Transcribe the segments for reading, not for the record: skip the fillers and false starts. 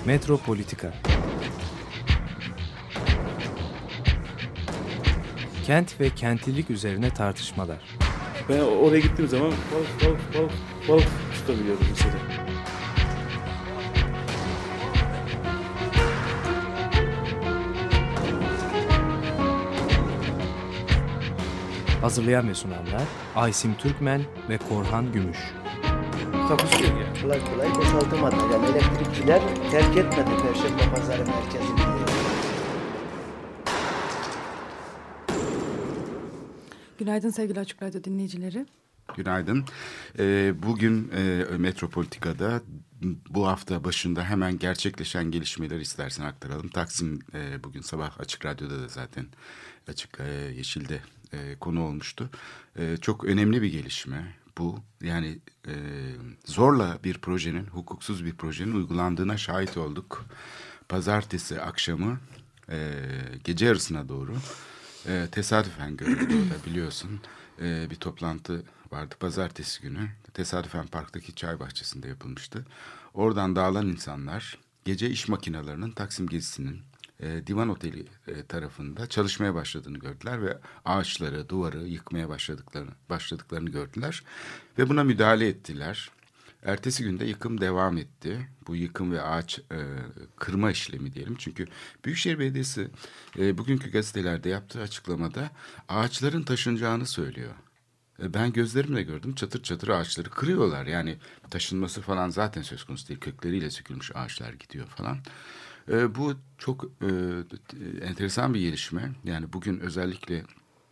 Metropolitika. Kent ve kentlilik üzerine tartışmalar. Ben oraya gittiğim zaman balık tutabiliyordum mesela. Hazırlayan ve sunanlar Aysim Türkmen ve Korhan Gümüş. Takusu yok yani. Kolay kolay boşaltamadı. Yani elektrikçiler terk etmedi Perşembe Pazarı merkezini. Günaydın sevgili Açık Radyo dinleyicileri. Günaydın. Bugün Metropolitika'da bu hafta başında hemen gerçekleşen gelişmeleri istersen aktaralım. Taksim bugün sabah Açık Radyo'da da zaten Açık Yeşil'de konu olmuştu. Çok önemli bir gelişme bu. Yani zorla bir projenin, hukuksuz bir projenin uygulandığına şahit olduk. Pazartesi akşamı gece yarısına doğru tesadüfen görüldü orada biliyorsun. Bir toplantı vardı pazartesi günü. Tesadüfen parktaki çay bahçesinde yapılmıştı. Oradan dağılan insanlar gece iş makinelerinin Taksim gezisinin Divan Oteli tarafında çalışmaya başladığını gördüler ve ağaçları, duvarı yıkmaya başladıklarını gördüler ve buna müdahale ettiler. Ertesi günde yıkım devam etti. Bu yıkım ve ağaç kırma işlemi diyelim. Çünkü Büyükşehir Belediyesi bugünkü gazetelerde yaptığı açıklamada ağaçların taşınacağını söylüyor. Ben gözlerimle gördüm, çatır çatır ağaçları kırıyorlar. Yani taşınması falan zaten söz konusu değil. Kökleriyle sökülmüş ağaçlar gidiyor falan. Bu çok enteresan bir gelişme. Yani bugün özellikle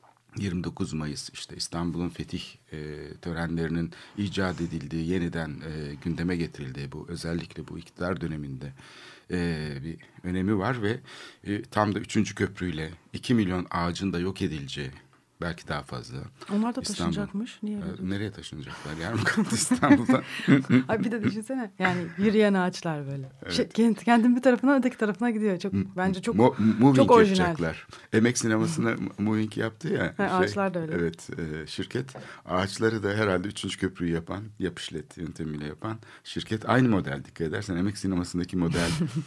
29 Mayıs işte İstanbul'un fetih törenlerinin icat edildiği, yeniden gündeme getirildiği bu özellikle bu iktidar döneminde bir önemi var ve tam da 3. köprüyle 2 milyon ağacın da yok edileceği, belki daha fazla. Onlar da taşınacakmış. Niye öyle? Nereye taşınacaklar? Yarım kaldı İstanbul'da. Ay bir de düşünsene. Yani yürüyen ağaçlar böyle. Evet. Kentin bir tarafına öteki tarafına gidiyor. Çok bence çok Moving orijinal. yapacaklar. Emek sinemasına moving yaptı ya. Ağaçlar da öyle. Evet, şirket ağaçları da herhalde 3. köprüyü yapan, yapışlet yöntemiyle yapan şirket aynı model, dikkat edersen Emek sinemasındaki model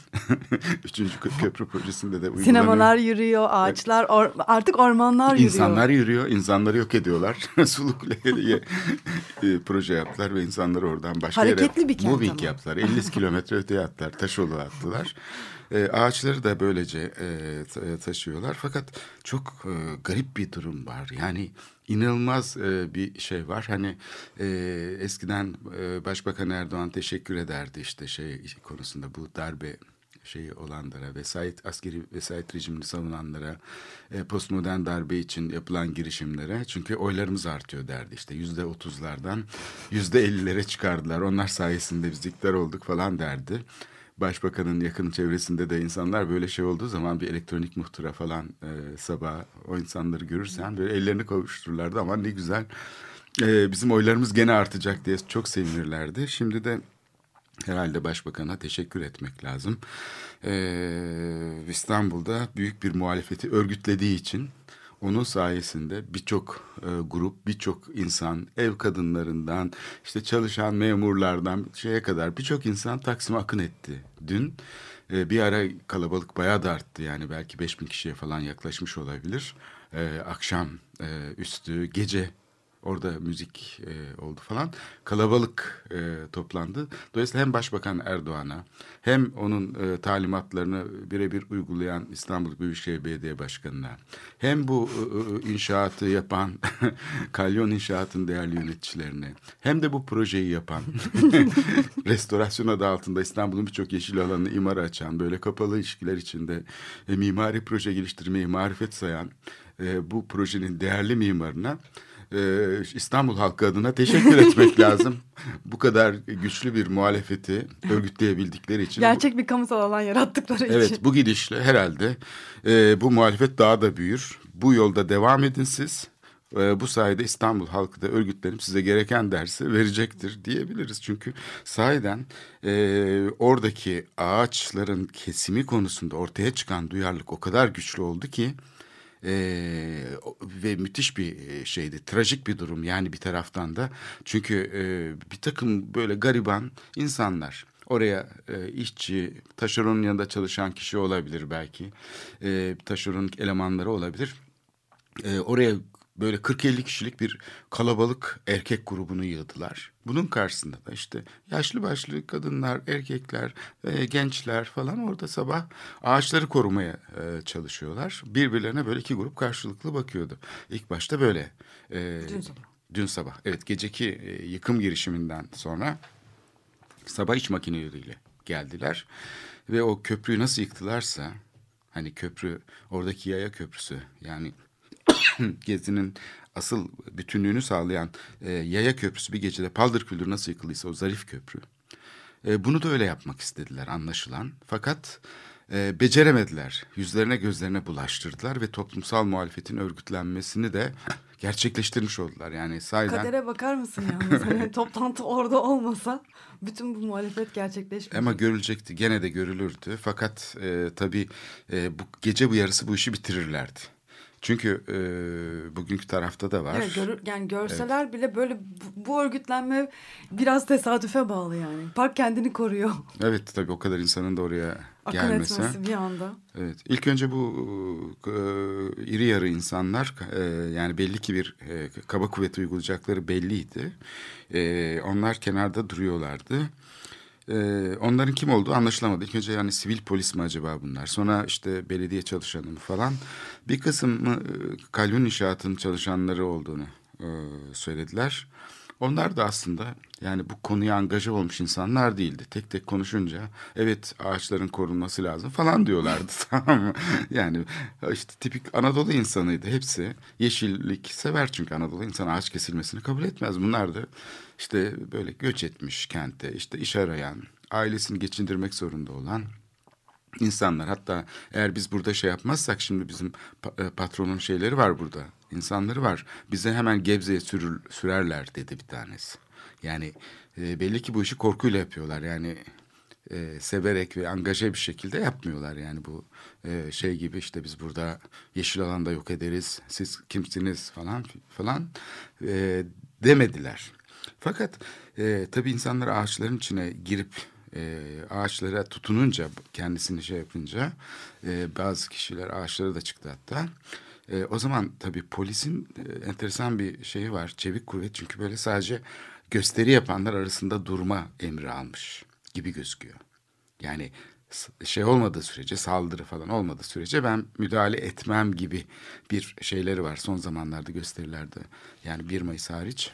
3. köprü projesinde de uygulanıyor. Sinemalar yürüyor, ağaçlar artık ormanlar yürüyor. İnsanlar yürüyor, insanları yok ediyorlar. Suluklu'ya proje yaptılar ve insanları oradan başka hareketli yere bir kent moving ama. yaptılar. 50 kilometre öteye attılar, Taşoğlu'na attılar. Ağaçları da böylece taşıyorlar. Fakat çok garip bir durum var. Yani inanılmaz bir şey var. Hani eskiden Başbakan Erdoğan teşekkür ederdi işte konusunda, bu darbe olanlara, askeri vesayet rejimini savunanlara, postmodern darbe için yapılan girişimlere, çünkü oylarımız artıyor derdi. İşte %30'lardan %50'lere çıkardılar. Onlar sayesinde biz iktidar olduk falan derdi. Başbakanın yakın çevresinde de insanlar böyle şey olduğu zaman bir elektronik muhtıra falan sabah o insanları görürsen böyle ellerini kavuştururlardı. Ama ne güzel, bizim oylarımız gene artacak diye çok sevinirlerdi. Şimdi de herhalde başbakana teşekkür etmek lazım. İstanbul'da büyük bir muhalefeti örgütlediği için onun sayesinde birçok grup, birçok insan, ev kadınlarından, işte çalışan memurlardan kadar birçok insan Taksim'e akın etti. Dün bir ara kalabalık bayağı da arttı, yani belki 5.000 kişiye falan yaklaşmış olabilir. Akşam üstü, gece orada müzik oldu falan. Kalabalık toplandı. Dolayısıyla hem Başbakan Erdoğan'a hem onun talimatlarını birebir uygulayan İstanbul Büyükşehir Belediye Başkanı'na, hem bu inşaatı yapan Kalyon İnşaat'ın değerli yöneticilerine, hem de bu projeyi yapan restorasyon adı altında İstanbul'un birçok yeşil alanını imara açan, böyle kapalı ilişkiler içinde mimari proje geliştirmeyi marifet sayan bu projenin değerli mimarına İstanbul halkı adına teşekkür etmek lazım. Bu kadar güçlü bir muhalefeti örgütleyebildikleri için. Gerçek bir kamusal alan yarattıkları için. Evet, bu gidişle herhalde bu muhalefet daha da büyür. Bu yolda devam edin siz. Bu sayede İstanbul halkı da örgütlenip size gereken dersi verecektir diyebiliriz. Çünkü sahiden oradaki ağaçların kesimi konusunda ortaya çıkan duyarlılık o kadar güçlü oldu ki ve müthiş bir şeydi, trajik bir durum yani bir taraftan da. Çünkü bir takım böyle gariban insanlar Oraya işçi, taşeronun yanında çalışan kişi olabilir belki. Taşeron elemanları olabilir. Oraya böyle 40-50 kişilik bir kalabalık erkek grubunu yığdılar. Bunun karşısında da işte yaşlı başlı kadınlar, erkekler, gençler falan orada sabah ağaçları korumaya çalışıyorlar. Birbirlerine böyle iki grup karşılıklı bakıyordu. İlk başta böyle. Dün sabah. Dün sabah. Evet, geceki yıkım girişiminden sonra sabah iş makineleriyle geldiler. Ve o köprüyü nasıl yıktılarsa, hani köprü, oradaki yaya köprüsü, yani Gezi'nin asıl bütünlüğünü sağlayan yaya köprüsü bir gecede paldır küldür nasıl yıkıldıysa, o zarif köprü. Bunu da öyle yapmak istediler anlaşılan. Fakat beceremediler. Yüzlerine gözlerine bulaştırdılar ve toplumsal muhalefetin örgütlenmesini de gerçekleştirmiş oldular. Yani sahiden... Kadere bakar mısın yalnız? Hani toplantı orada olmasa bütün bu muhalefet gerçekleşmeyecek. Ama görülecekti, gene de görülürdü. Fakat tabii bu gece bu yarısı bu işi bitirirlerdi. Çünkü bugünkü tarafta da var. Evet, yani görseler bile böyle bu örgütlenme biraz tesadüfe bağlı yani. Park kendini koruyor. Evet, tabii o kadar insanın da oraya Akın gelmesi. etmesi bir anda. Evet, ilk önce bu iri yarı insanlar, yani belli ki bir kaba kuvvet uygulayacakları belliydi. Onlar kenarda duruyorlardı. Onların kim olduğu anlaşılamadı. İlk önce yani sivil polis mi acaba bunlar? Sonra işte belediye çalışanı mı falan. Bir kısmı kalyon inşaatının çalışanları olduğunu söylediler. Onlar da aslında yani bu konuya angaja olmuş insanlar değildi. Tek tek konuşunca evet ağaçların korunması lazım falan diyorlardı. Tamam mı? Yani işte tipik Anadolu insanıydı hepsi. Yeşillik sever çünkü Anadolu insan ağaç kesilmesini kabul etmez. Bunlar da işte böyle göç etmiş kente, işte iş arayan, ailesini geçindirmek zorunda olan İnsanlar. Hatta eğer biz burada şey yapmazsak, şimdi bizim patronun şeyleri var burada, insanları var. Bize hemen Gebze'ye sürerler dedi bir tanesi. Yani belli ki bu işi korkuyla yapıyorlar. Yani severek ve angaje bir şekilde yapmıyorlar. Yani bu şey gibi işte biz burada yeşil alanda yok ederiz, siz kimsiniz falan falan demediler. Fakat tabii insanlar ağaçların içine girip ağaçlara tutununca, kendisini şey yapınca bazı kişiler ağaçlara da çıktı hatta. O zaman tabii polisin enteresan bir şeyi var, çevik kuvvet, çünkü böyle sadece gösteri yapanlar arasında durma emri almış gibi gözüküyor. Yani şey olmadığı sürece, saldırı falan olmadığı sürece ben müdahale etmem gibi bir şeyleri var son zamanlarda gösterilerde. Yani 1 Mayıs hariç.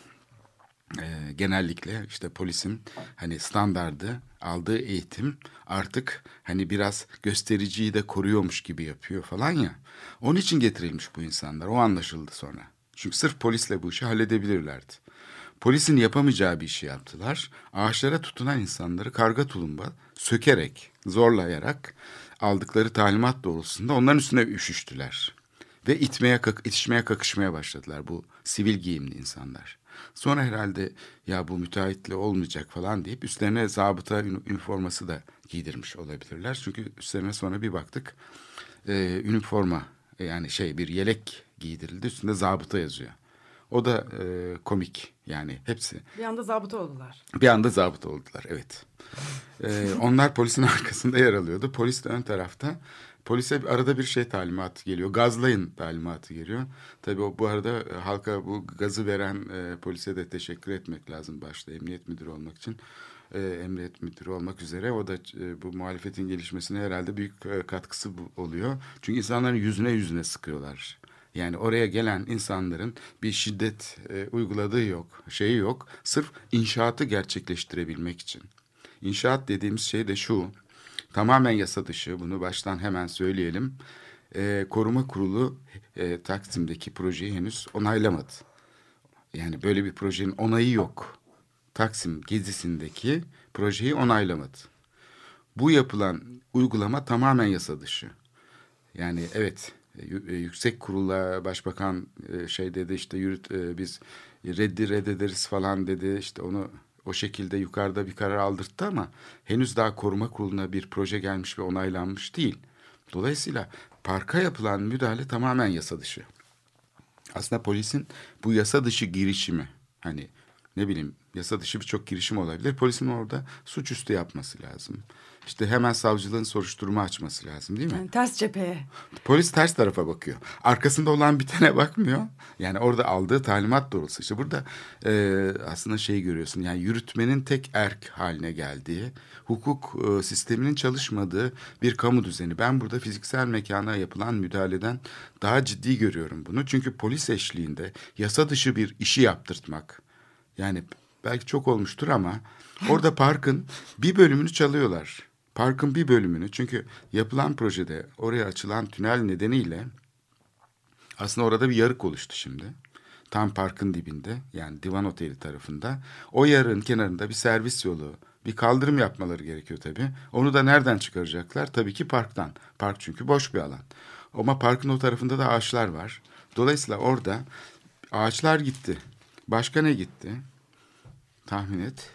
Genellikle işte polisin hani standardı, aldığı eğitim artık hani biraz göstericiyi de koruyormuş gibi yapıyor falan ya. Onun için getirilmiş bu insanlar. O anlaşıldı sonra. Çünkü sırf polisle bu işi halledebilirlerdi. Polisin yapamayacağı bir işi yaptılar. Ağaçlara tutunan insanları karga tulumba sökerek, zorlayarak aldıkları talimat doğrultusunda onların üstüne üşüştüler. Ve itişmeye kakışmaya başladılar bu sivil giyimli insanlar. Sonra herhalde ya bu müteahhitle olmayacak falan deyip üstlerine zabıta üniforması da giydirmiş olabilirler. Çünkü üstlerine sonra bir baktık üniforma, yani şey, bir yelek giydirildi, üstünde zabıta yazıyor. O da komik yani hepsi. Bir anda zabıta oldular. Bir anda zabıta oldular, evet. Onlar polisin arkasında yer alıyordu. Polis de ön tarafta. Polise arada bir şey talimatı geliyor. Gazlayın talimatı geliyor. Tabii bu arada halka bu gazı veren polise de teşekkür etmek lazım başta, emniyet müdürü olmak için. Emniyet müdürü olmak üzere. O da bu muhalefetin gelişmesine herhalde büyük katkısı oluyor. Çünkü insanların yüzüne sıkıyorlar. Yani oraya gelen insanların bir şiddet uyguladığı yok, şeyi yok. Sırf inşaatı gerçekleştirebilmek için. İnşaat dediğimiz şey de şu, tamamen yasa dışı, bunu baştan hemen söyleyelim. Koruma Kurulu Taksim'deki projeyi henüz onaylamadı. Yani böyle bir projenin onayı yok. Taksim gezisindeki projeyi onaylamadı. Bu yapılan uygulama tamamen yasa dışı. Yani evet, yüksek kurula başbakan şey dedi, işte biz reddederiz falan dedi, işte onu o şekilde yukarıda bir karar aldırttı ama henüz daha koruma kuruluna bir proje gelmiş ve onaylanmış değil. Dolayısıyla parka yapılan müdahale tamamen yasa dışı. Aslında polisin bu yasa dışı girişimi, hani ne bileyim yasa dışı birçok girişim olabilir. Polisin orada suçüstü yapması lazım. İşte hemen savcılığın soruşturma açması lazım değil mi? Yani ters cepheye. Polis ters tarafa bakıyor. Arkasında olan bitene bakmıyor. Yani orada aldığı talimat doğrultusu. İşte burada aslında şeyi görüyorsun. Yani yürütmenin tek erk haline geldiği, hukuk sisteminin çalışmadığı bir kamu düzeni. Ben burada fiziksel mekana yapılan müdahaleden daha ciddi görüyorum bunu. Çünkü polis eşliğinde yasa dışı bir işi yaptırtmak. Yani belki çok olmuştur ama orada parkın bir bölümünü çalıyorlar. Parkın bir bölümünü, çünkü yapılan projede oraya açılan tünel nedeniyle aslında orada bir yarık oluştu şimdi. Tam parkın dibinde, yani Divan Oteli tarafında. O yarığın kenarında bir servis yolu, bir kaldırım yapmaları gerekiyor tabii. Onu da nereden çıkaracaklar? Tabii ki parktan. Park çünkü boş bir alan. Ama parkın o tarafında da ağaçlar var. Dolayısıyla orada ağaçlar gitti. Başka ne gitti? Tahmin et.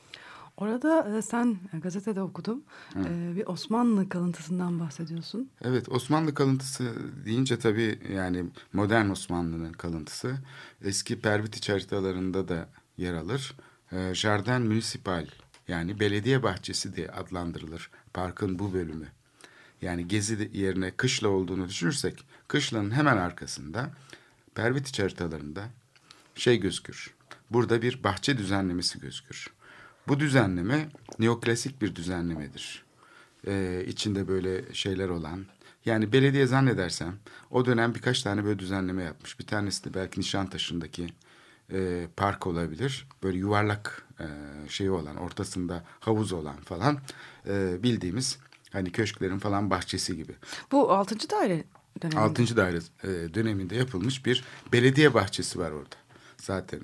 Orada sen gazetede okudum. Bir Osmanlı kalıntısından bahsediyorsun. Evet, Osmanlı kalıntısı deyince tabii yani modern Osmanlı'nın kalıntısı. Eski Pervitiç haritalarında da yer alır. Jardin Municipal, yani belediye bahçesi diye adlandırılır parkın bu bölümü. Yani Gezi yerine Kışla olduğunu düşünürsek, Kışla'nın hemen arkasında Pervitiç haritalarında şey gözükür. Burada bir bahçe düzenlemesi gözükür. Bu düzenleme neoklasik bir düzenlemedir. İçinde böyle şeyler olan. Yani belediye zannedersem o dönem birkaç tane böyle düzenleme yapmış. Bir tanesi de belki Nişantaşı'ndaki park olabilir. Böyle yuvarlak şeyi olan, ortasında havuz olan falan. Bildiğimiz hani köşklerin falan bahçesi gibi. Bu 6. daire döneminde. 6. daire döneminde yapılmış bir belediye bahçesi var orada. Zaten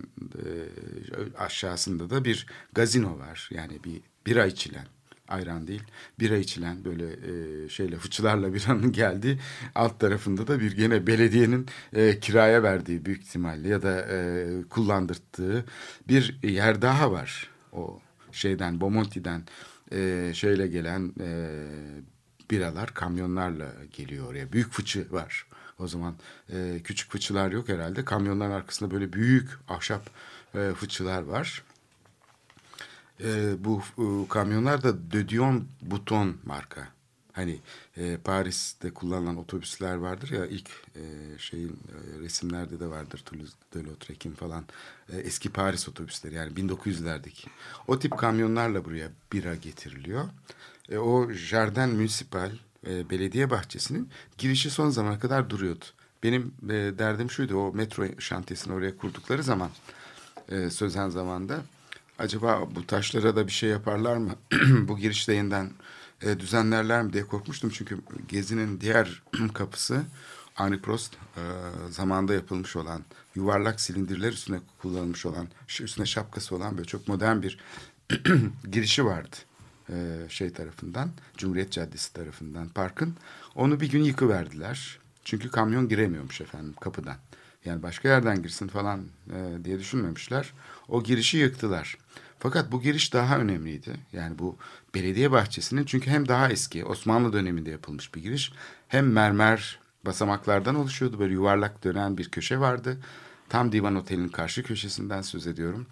aşağısında da bir gazino var. Yani bir bira içilen, ayran değil, bira içilen böyle şeyle fıçılarla biranın geldiği, alt tarafında da bir gene belediyenin kiraya verdiği büyük ihtimalle ya da kullandırttığı bir yer daha var. O şeyden, Bomonti'den şeyle gelen biralar kamyonlarla geliyor oraya. Büyük fıçı var. O zaman küçük fıçılar yok herhalde. Kamyonların arkasında böyle büyük ahşap fıçılar var. Bu kamyonlar da De Dion Bouton marka. Hani Paris'te kullanılan otobüsler vardır ya, ilk resimlerde de vardır. Toulouse-Lautrec'in falan eski Paris otobüsleri, yani 1900'lerdeki. O tip kamyonlarla buraya bira getiriliyor. O Jardin Municipal belediye bahçesinin girişi son zamana kadar duruyordu. Benim derdim şuydu, o metro şantiyesini oraya kurdukları zaman sözen zamanda acaba bu taşlara da bir şey yaparlar mı? Bu girişte yeniden düzenlerler mi diye korkmuştum. Çünkü Gezi'nin diğer kapısı Henri Prost zamanında yapılmış olan yuvarlak silindirler üstüne kullanılmış olan, üstüne şapkası olan böyle çok modern bir girişi vardı. Şey tarafından, Cumhuriyet Caddesi tarafından parkın. Onu bir gün yıkıverdiler. Çünkü kamyon giremiyormuş efendim kapıdan. Yani başka yerden girsin falan diye düşünmemişler. O girişi yıktılar. Fakat bu giriş daha önemliydi. Yani bu belediye bahçesinin, çünkü hem daha eski Osmanlı döneminde yapılmış bir giriş, hem mermer basamaklardan oluşuyordu. Böyle yuvarlak dönen bir köşe vardı. Tam Divan Oteli'nin karşı köşesinden söz ediyorum.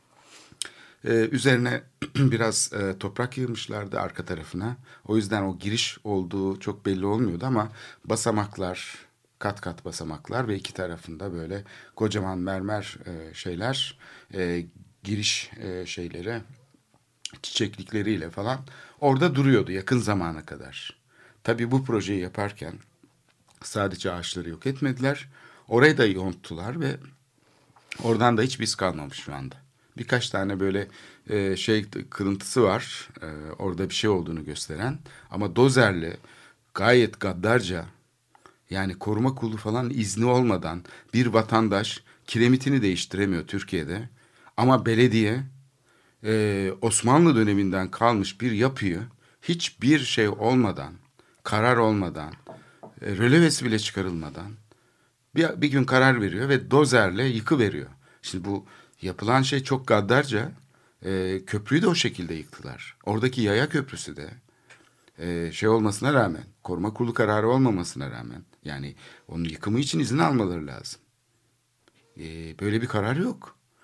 Üzerine biraz toprak yığmışlardı arka tarafına. O yüzden o giriş olduğu çok belli olmuyordu ama basamaklar, kat kat basamaklar ve iki tarafında böyle kocaman mermer şeyler, giriş şeyleri, çiçeklikleriyle falan orada duruyordu yakın zamana kadar. Tabii bu projeyi yaparken sadece ağaçları yok etmediler. Orayı da yonttular ve oradan da hiçbir iz kalmamış şu anda. Birkaç tane böyle kırıntısı var. Orada bir şey olduğunu gösteren. Ama dozerle gayet gaddarca, yani koruma kurulu falan izni olmadan bir vatandaş kiremitini değiştiremiyor Türkiye'de. Ama belediye Osmanlı döneminden kalmış bir yapıyı hiçbir şey olmadan, karar olmadan, rölevesi bile çıkarılmadan bir gün karar veriyor ve dozerle yıkıveriyor. Şimdi bu yapılan şey çok gaddarca. Köprüyü de o şekilde yıktılar. Oradaki yaya köprüsü de şey olmasına rağmen, koruma kurulu kararı olmamasına rağmen, yani onun yıkımı için izin almaları lazım. Böyle bir karar yok.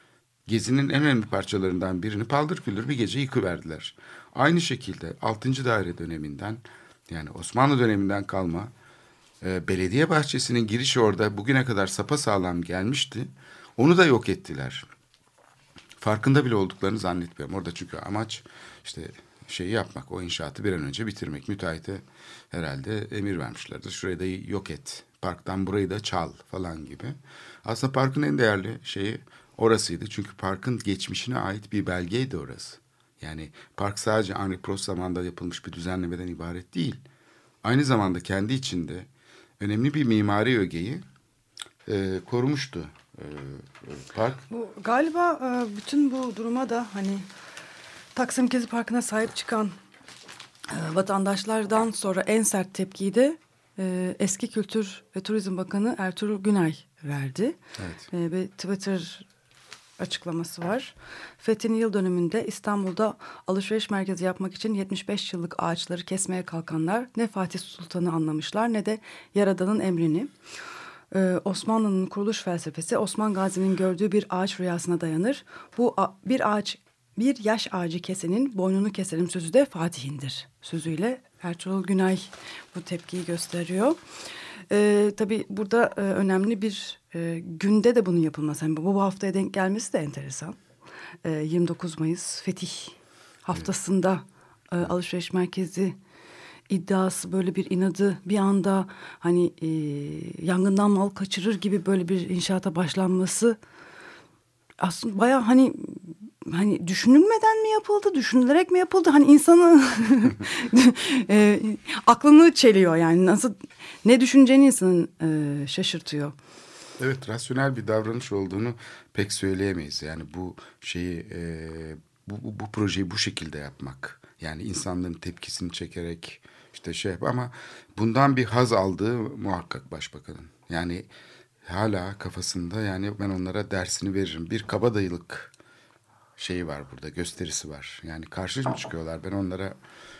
Gezi'nin en önemli parçalarından birini paldır küldür bir gece yıkıverdiler. Aynı şekilde 6. daire döneminden, yani Osmanlı döneminden kalma belediye bahçesinin girişi orada bugüne kadar sapasağlam gelmişti. Onu da yok ettiler. Farkında bile olduklarını zannetmiyorum. Orada çünkü amaç işte şeyi yapmak, o inşaatı bir an önce bitirmek. Müteahhite herhalde emir vermişlerdi. Şurayı da yok et, parktan burayı da çal falan gibi. Aslında parkın en değerli şeyi orasıydı. Çünkü parkın geçmişine ait bir belgeydi orası. Yani park sadece Henri Prost zamanında yapılmış bir düzenlemeden ibaret değil. Aynı zamanda kendi içinde önemli bir mimari ögeyi korumuştu park. Bu galiba bütün bu duruma da hani Taksim Gezi Parkı'na sahip çıkan vatandaşlardan sonra en sert tepkiyi de eski Kültür ve Turizm Bakanı Ertuğrul Günay verdi. Evet. Ve Twitter açıklaması var. Fethi'nin yıl dönümünde İstanbul'da alışveriş merkezi yapmak için 75 yıllık ağaçları kesmeye kalkanlar ne Fatih Sultan'ı anlamışlar ne de Yaradan'ın emrini. Osmanlı'nın kuruluş felsefesi Osman Gazi'nin gördüğü bir ağaç rüyasına dayanır. Bu bir yaş ağacı kesenin boynunu keserim sözü de Fatih'indir sözüyle Ertuğrul Günay bu tepkiyi gösteriyor. Tabii burada önemli bir günde de bunun yapılması. Yani bu haftaya denk gelmesi de enteresan. 29 Mayıs Fetih haftasında alışveriş merkezi iddiası, böyle bir inadı, bir anda hani yangından mal kaçırır gibi böyle bir inşaata başlanması aslında bayağı hani düşünülmeden mi yapıldı, düşünülerek mi yapıldı? Hani insanı aklını çeliyor yani, nasıl, ne düşüneceğini insanın şaşırtıyor. Evet, rasyonel bir davranış olduğunu pek söyleyemeyiz. Yani bu şeyi bu projeyi bu şekilde yapmak, yani insanların tepkisini çekerek işte şey yap, ama bundan bir haz aldığı muhakkak başbakanın. Yani hala kafasında, yani ben onlara dersini veririm. Bir kabadayılık şeyi var burada, gösterisi var. Yani karşı mı çıkıyorlar? Ben onlara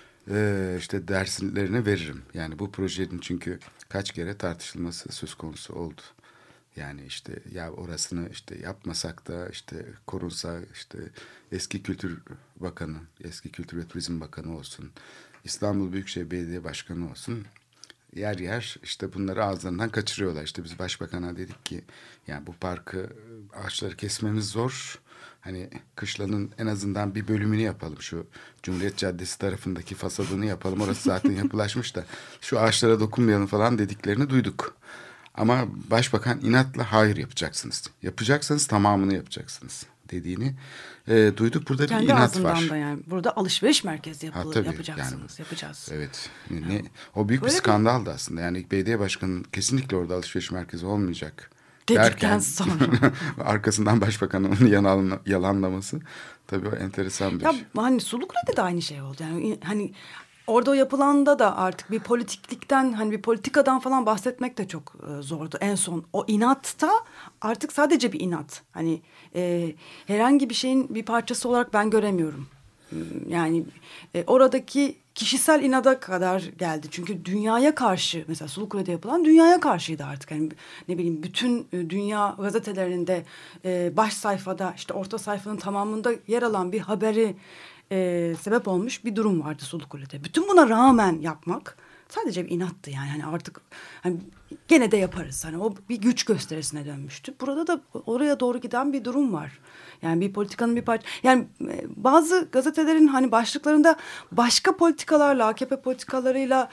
işte derslerini veririm. Yani bu projenin çünkü kaç kere tartışılması söz konusu oldu. Yani işte ya orasını işte yapmasak da işte korunsa, işte eski Kültür Bakanı, eski Kültür ve Turizm Bakanı olsun, İstanbul Büyükşehir Belediye Başkanı olsun, yer yer işte bunları ağızlarından kaçırıyorlar. İşte biz başbakana dedik ki yani bu parkı, ağaçları kesmemiz zor. Hani kışlanın en azından bir bölümünü yapalım. Şu Cumhuriyet Caddesi tarafındaki fasadını yapalım. Orası zaten yapılaşmış da şu ağaçlara dokunmayalım falan dediklerini duyduk. Ama başbakan inatla hayır yapacaksınız. Yapacaksanız tamamını yapacaksınız dediğini duyduk. Burada kendi bir inat var. Kendi da yani burada alışveriş merkezi yapacaksınız, yani, yapacağız. Evet. O büyük bir skandaldı aslında. Yani belediye başkanının kesinlikle orada alışveriş merkezi olmayacak dedikten sonra arkasından başbakanın onu yalanlaması tabii o enteresan bir şey. Hani Sulukule'de de aynı şey oldu. Yani hani orada o yapılanda da artık bir politiklikten, hani bir politikadan falan bahsetmek de çok zordu. En son o inatta artık sadece bir inat. Hani herhangi bir şeyin bir parçası olarak ben göremiyorum. Yani oradaki kişisel inada kadar geldi. Çünkü dünyaya karşı, mesela Sulukule'de yapılan dünyaya karşıydı artık. Yani ne bileyim, bütün dünya gazetelerinde baş sayfada, işte orta sayfanın tamamında yer alan bir haberi sebep olmuş bir durum vardı Sulukule'de. Bütün buna rağmen yapmak sadece bir inattı yani. Hani artık hani gene de yaparız. Hani o bir güç gösterisine dönmüştü. Burada da oraya doğru giden bir durum var. Yani bir politikanın bir parça. Yani bazı gazetelerin hani başlıklarında başka politikalarla, AKP politikalarıyla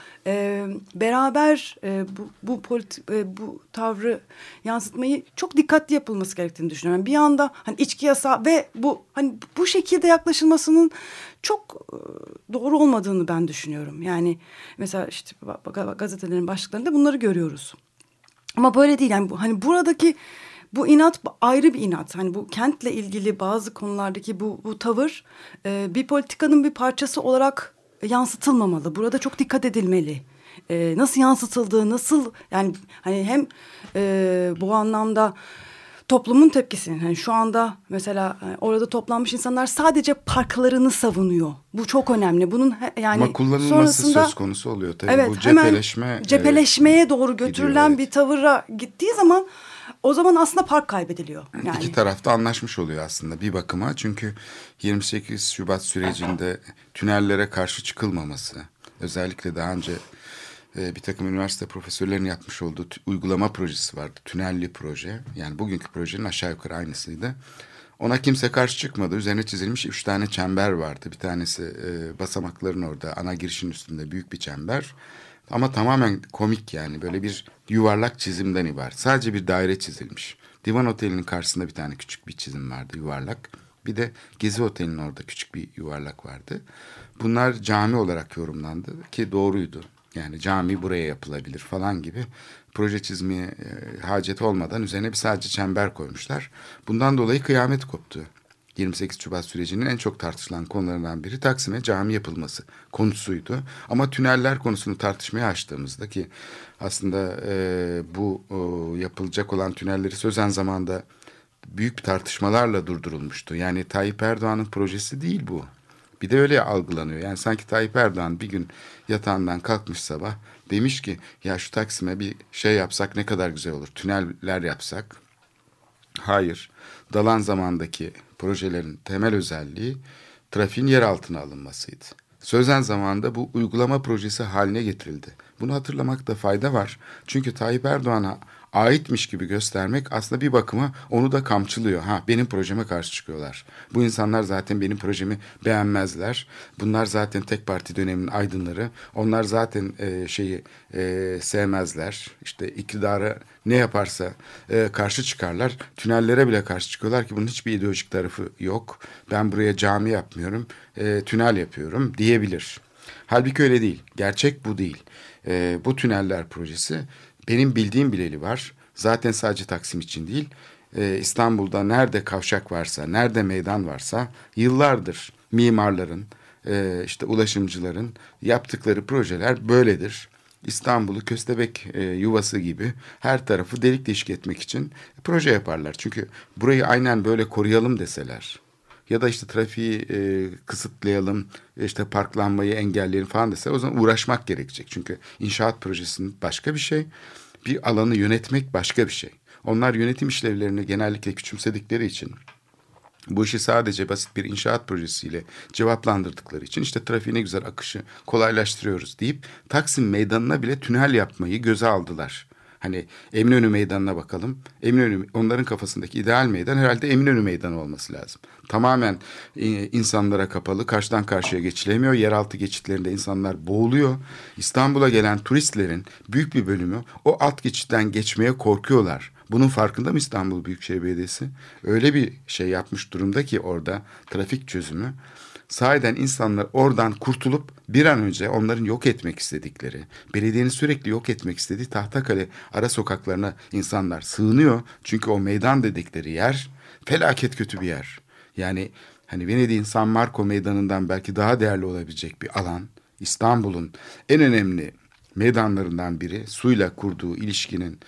beraber bu tavrı yansıtmayı çok dikkatli yapılması gerektiğini düşünüyorum. Yani bir anda hani içki yasağı ve bu hani bu şekilde yaklaşılmasının çok doğru olmadığını ben düşünüyorum. Yani mesela işte gazetelerin başlıklarında bunları görüyoruz. Ama böyle değil. Yani hani buradaki bu inat ayrı bir inat. Hani bu kentle ilgili bazı konulardaki bu tavır bir politikanın bir parçası olarak yansıtılmamalı. Burada çok dikkat edilmeli. Nasıl yansıtıldığı, nasıl yani hani hem bu anlamda toplumun tepkisinin, hani şu anda mesela orada toplanmış insanlar sadece parklarını savunuyor. Bu çok önemli. Bunun yani ama kullanılması söz konusu oluyor tabii. Evet, bu cepheleşmeye doğru götürülen bir tavıra gittiği zaman o zaman aslında park kaybediliyor. Yani. İki taraf da anlaşmış oluyor aslında bir bakıma. Çünkü 28 Şubat sürecinde tünellere karşı çıkılmaması, özellikle daha önce bir takım üniversite profesörlerinin yapmış olduğu uygulama projesi vardı. Tünelli proje. Yani bugünkü projenin aşağı yukarı aynısıydı. Ona kimse karşı çıkmadı. Üzerine çizilmiş 3 tane çember vardı. Bir tanesi basamakların orada ana girişin üstünde büyük bir çember. Ama tamamen komik yani, böyle bir yuvarlak çizimden ibaret. Sadece bir daire çizilmiş. Divan Oteli'nin karşısında bir tane küçük bir çizim vardı, yuvarlak. Bir de Gezi Oteli'nin orada küçük bir yuvarlak vardı. Bunlar cami olarak yorumlandı ki doğruydu. Yani cami buraya yapılabilir falan gibi proje çizmeye hacet olmadan üzerine bir sadece çember koymuşlar. Bundan dolayı kıyamet koptu. 28 Şubat sürecinin en çok tartışılan konularından biri Taksim'e cami yapılması konusuydu. Ama tüneller konusunu tartışmaya açtığımızda, ki aslında bu yapılacak olan tünelleri Sözen zamanında büyük bir tartışmalarla durdurulmuştu. Yani Tayyip Erdoğan'ın projesi değil bu. Bir de öyle algılanıyor. Yani sanki Tayyip Erdoğan bir gün yatağından kalkmış sabah, demiş ki ya şu Taksim'e bir şey yapsak ne kadar güzel olur. Tüneller yapsak. Hayır. Dalan zamandaki projelerin temel özelliği trafiğin yer altına alınmasıydı. Sözen zamanında bu uygulama projesi haline getirildi. Bunu hatırlamakta fayda var. Çünkü Tayyip Erdoğan'a aitmiş gibi göstermek aslında bir bakıma onu da kamçılıyor. Benim projeme karşı çıkıyorlar. Bu insanlar zaten benim projemi beğenmezler. Bunlar zaten tek parti döneminin aydınları. Onlar zaten sevmezler. İşte iktidara ne yaparsa karşı çıkarlar. Tünellere bile karşı çıkıyorlar ki bunun hiçbir ideolojik tarafı yok. Ben buraya cami yapmıyorum, tünel yapıyorum diyebilir. Halbuki öyle değil. Gerçek bu değil. Bu tüneller projesi benim bildiğim bileli var. Zaten sadece Taksim için değil. İstanbul'da nerede kavşak varsa, nerede meydan varsa yıllardır mimarların, işte ulaşımcıların yaptıkları projeler böyledir. İstanbul'u köstebek yuvası gibi her tarafı delik deşik etmek için proje yaparlar. Çünkü burayı aynen böyle koruyalım deseler, ya da işte trafiği kısıtlayalım, işte parklanmayı engelleyelim falan dese, o zaman uğraşmak gerekecek. Çünkü inşaat projesinin başka bir şey, bir alanı yönetmek başka bir şey. Onlar yönetim işlevlerini genellikle küçümsedikleri için, bu işi sadece basit bir inşaat projesiyle cevaplandırdıkları için işte trafiğin ne güzel akışı kolaylaştırıyoruz deyip Taksim Meydanı'na bile tünel yapmayı göze aldılar. Hani Eminönü Meydanı'na bakalım. Eminönü, onların kafasındaki ideal meydan herhalde Eminönü Meydanı olması lazım. Tamamen insanlara kapalı, karşıdan karşıya geçilemiyor. Yeraltı geçitlerinde insanlar boğuluyor. İstanbul'a gelen turistlerin büyük bir bölümü o alt geçitten geçmeye korkuyorlar. Bunun farkında mı İstanbul Büyükşehir Belediyesi? Öyle bir şey yapmış durumda ki orada trafik çözümü. Sahiden insanlar oradan kurtulup bir an önce onların yok etmek istedikleri, belediyenin sürekli yok etmek istediği Tahtakale ara sokaklarına insanlar sığınıyor. Çünkü o meydan dedikleri yer felaket kötü bir yer. Yani hani Venedik'in San Marco meydanından belki daha değerli olabilecek bir alan. İstanbul'un en önemli meydanlarından biri, suyla kurduğu ilişkinin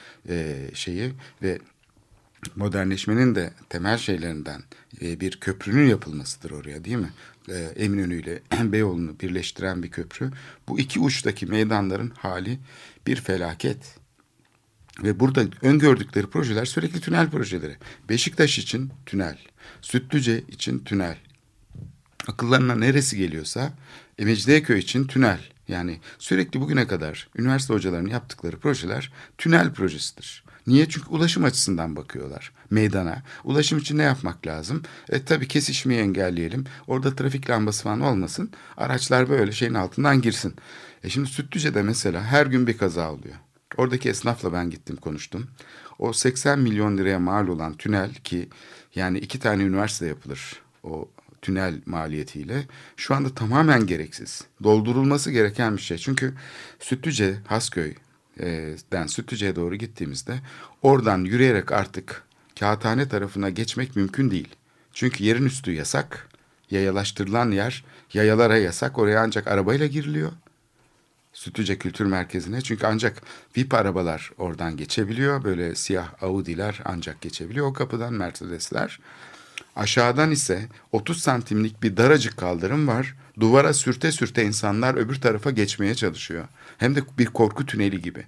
şeyi ve modernleşmenin de temel şeylerinden bir köprünün yapılmasıdır oraya, değil mi? Eminönü ile Beyoğlu'nu birleştiren bir köprü. Bu iki uçtaki meydanların hali bir felaket. Ve burada öngördükleri projeler sürekli tünel projeleri. Beşiktaş için tünel, Sütlüce için tünel. Akıllarına neresi geliyorsa Mecidiyeköy için tünel. Yani sürekli bugüne kadar üniversite hocalarının yaptıkları projeler tünel projesidir. Niye? Çünkü ulaşım açısından bakıyorlar meydana. Ulaşım için ne yapmak lazım? Tabii kesişmeyi engelleyelim. Orada trafik lambası falan olmasın. Araçlar böyle şeyin altından girsin. Şimdi Sütlüce'de mesela her gün bir kaza oluyor. Oradaki esnafla ben gittim konuştum. O 80 milyon liraya mal olan tünel, ki yani 2 tane üniversite yapılır o tünel maliyetiyle, şu anda tamamen gereksiz. Doldurulması gereken bir şey. Çünkü Sütlüce, Hasköy'den Sütlüce'ye doğru gittiğimizde oradan yürüyerek artık Kağıthane tarafına geçmek mümkün değil. Çünkü yerin üstü yasak. Yayalaştırılan yer, yayalara yasak. Oraya ancak arabayla giriliyor. Sütlüce Kültür Merkezi'ne. Çünkü ancak VIP arabalar oradan geçebiliyor. Böyle siyah Audi'ler ancak geçebiliyor o kapıdan, Mercedes'ler. Aşağıdan ise 30 santimlik bir daracık kaldırım var. Duvara sürte sürte insanlar öbür tarafa geçmeye çalışıyor. Hem de bir korku tüneli gibi.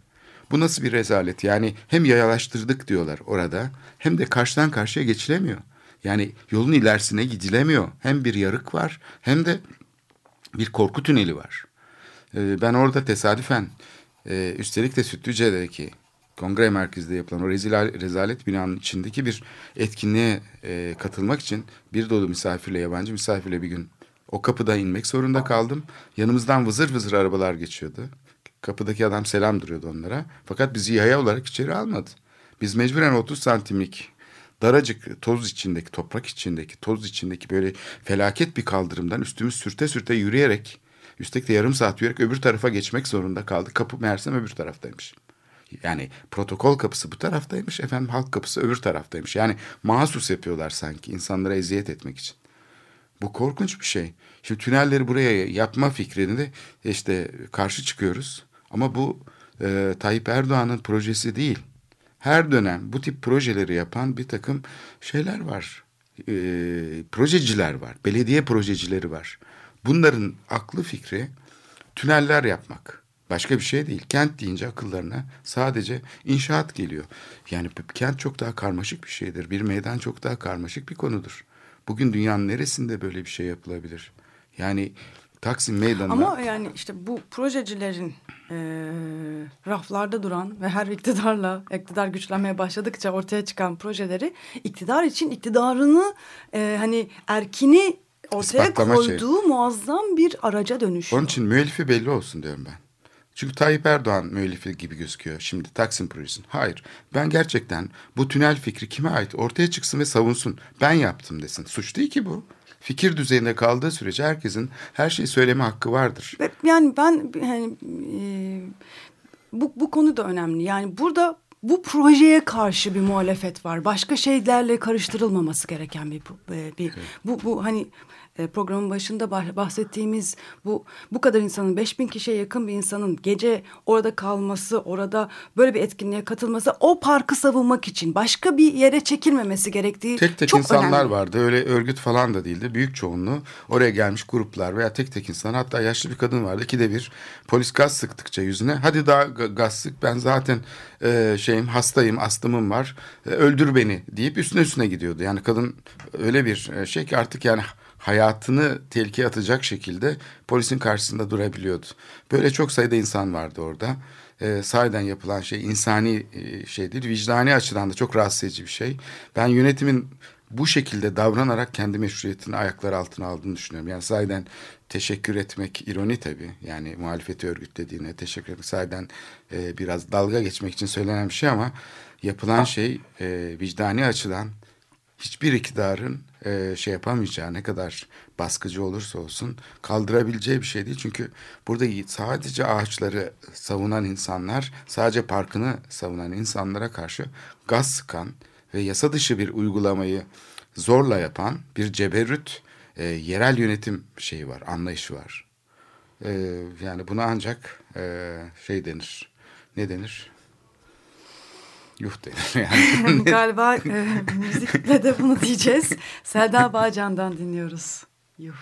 Bu nasıl bir rezalet? Yani hem yayalaştırdık diyorlar orada, hem de karşıdan karşıya geçilemiyor. Yani yolun ilerisine gidilemiyor. Hem bir yarık var, hem de bir korku tüneli var. Ben orada tesadüfen, üstelik de Sütlüce'deki kongre merkezinde yapılan o rezalet binanın içindeki bir etkinliğe katılmak için bir dolu misafirle, yabancı misafirle bir gün o kapıda inmek zorunda kaldım. Yanımızdan vızır vızır arabalar geçiyordu. Kapıdaki adam selam duruyordu onlara. Fakat bizi yaya olarak içeri almadı. Biz mecburen 30 santimlik daracık toz içindeki, toprak içindeki, toz içindeki böyle felaket bir kaldırımdan üstümüz sürte sürte yürüyerek, üstelik de yarım saat yürüyerek öbür tarafa geçmek zorunda kaldık. Kapı meğersem öbür taraftaymış. Yani protokol kapısı bu taraftaymış, efendim halk kapısı öbür taraftaymış. Yani mahsus yapıyorlar sanki insanlara eziyet etmek için. Bu korkunç bir şey. Şimdi tünelleri buraya yapma fikrini işte karşı çıkıyoruz. Ama bu Tayyip Erdoğan'ın projesi değil. Her dönem bu tip projeleri yapan bir takım şeyler var. Projeciler var. Belediye projecileri var. Bunların aklı fikri tüneller yapmak. Başka bir şey değil. Kent deyince akıllarına sadece inşaat geliyor. Yani kent çok daha karmaşık bir şeydir. Bir meydan çok daha karmaşık bir konudur. Bugün dünyanın neresinde böyle bir şey yapılabilir? Yani Taksim Meydanı'na... Ama yani işte bu projecilerin raflarda duran ve her iktidar güçlenmeye başladıkça ortaya çıkan projeleri iktidar için iktidarını hani erkini ortaya İspatlama koyduğu muazzam bir araca dönüşüyor. Onun için müellifi belli olsun diyorum ben. Çünkü Tayyip Erdoğan müellifi gibi gözüküyor şimdi Taksim projesinin. Hayır, ben gerçekten bu tünel fikri kime ait ortaya çıksın ve savunsun. Ben yaptım desin. Suç değil ki bu. Fikir düzeyinde kaldığı sürece herkesin her şeyi söyleme hakkı vardır. Yani ben hani, bu konu da önemli. Yani burada bu projeye karşı bir muhalefet var. Başka şeylerle karıştırılmaması gereken bir evet. Bu hani programın başında bahsettiğimiz bu kadar insanın 5000 kişiye yakın bir insanın gece orada kalması, orada böyle bir etkinliğe katılması, o parkı savunmak için başka bir yere çekilmemesi gerektiği tek çok insanlar önemli. Vardı. Öyle örgüt falan da değildi. Büyük çoğunluğu oraya gelmiş gruplar veya tek insan, hatta yaşlı bir kadın vardı. 2'de 1 polis gaz sıktıkça yüzüne, hadi daha gaz sık, ben zaten hastayım, astımım var, öldür beni deyip üstüne gidiyordu. Yani kadın öyle bir şey ki artık yani hayatını tehlikeye atacak şekilde polisin karşısında durabiliyordu. Böyle çok sayıda insan vardı orada. Sahiden yapılan şey insani şey değil, vicdani açıdan da çok rahatsız edici bir şey. Ben yönetimin bu şekilde davranarak kendi meşruiyetini ayaklar altına aldığını düşünüyorum. Yani sahiden teşekkür etmek ironi tabii. Yani muhalefeti örgütlediğine teşekkür etmek sahiden biraz dalga geçmek için söylenen bir şey ama yapılan şey vicdani açıdan hiçbir iktidarın şey yapamayacağı, ne kadar baskıcı olursa olsun kaldırabileceği bir şey değil. Çünkü burada sadece ağaçları savunan insanlar, sadece parkını savunan insanlara karşı gaz sıkan ve yasa dışı bir uygulamayı zorla yapan bir ceberrüt yerel yönetim şeyi var, anlayışı var. Yani buna ancak şey denir, ne denir? Yuh denir yani. Galiba müzikle de bunu diyeceğiz. Selda Bağcan'dan dinliyoruz. Yuh.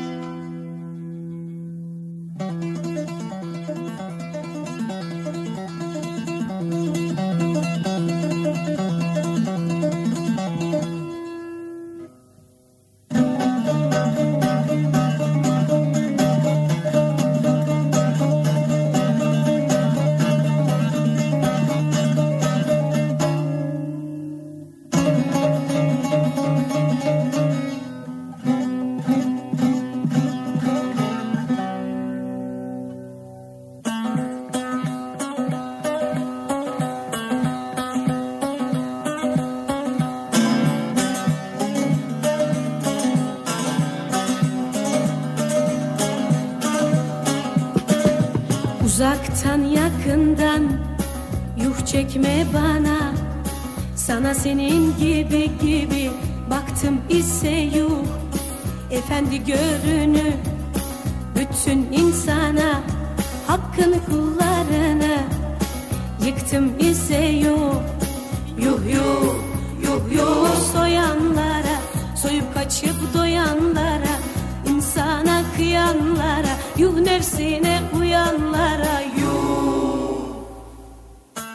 Uzaktan yakından yuh çekme bana, sana senin gibi baktım ise yuh. Efendi görünü bütün insana, hakkını kullarını yıktım ise yuh. Yuh yuh yuh yuh soyanlara, soyup kaçıp doyanlara, insana kıyanlara, yuh nefsine uyanlara yuh.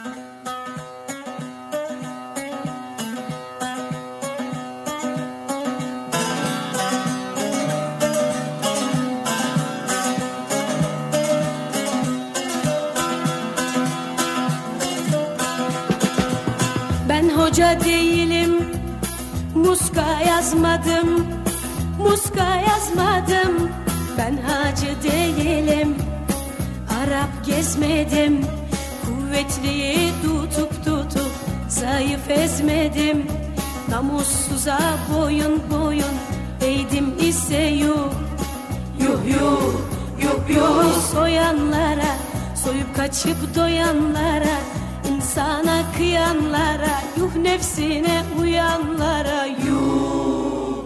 Ben hoca değilim, muska yazmadım, muska yazmadım. Ben hacı değilim, Arap gezmedim. Kuvvetliyi tutup tutup zayıf ezmedim. Namussuza boyun boyun eğdim ise yuh. Yuh yuh, yuh yuh. Soyanlara, soyup kaçıp doyanlara, insana kıyanlara, yuh nefsine uyanlara, yuh.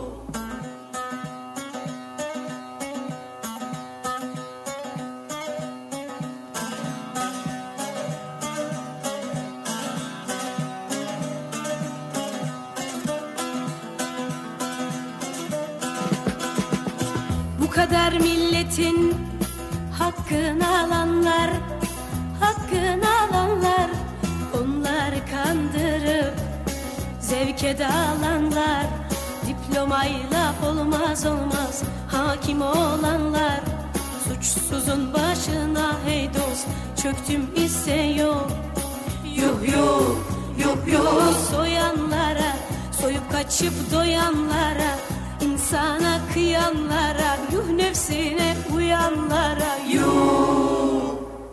Bu kadar milletin hakkını alanlar, hakkını alanlar, onları kandırıp zevke dalanlar, diplomayla olmaz olmaz hakim olanlar, suçsuzun başına hey dost çöktüm ise yok. Yuh yuh, yuh yuh. Soyanlara, soyup kaçıp doyanlara, insana kıyanlara, yuh nefsine uyanlara, yuh.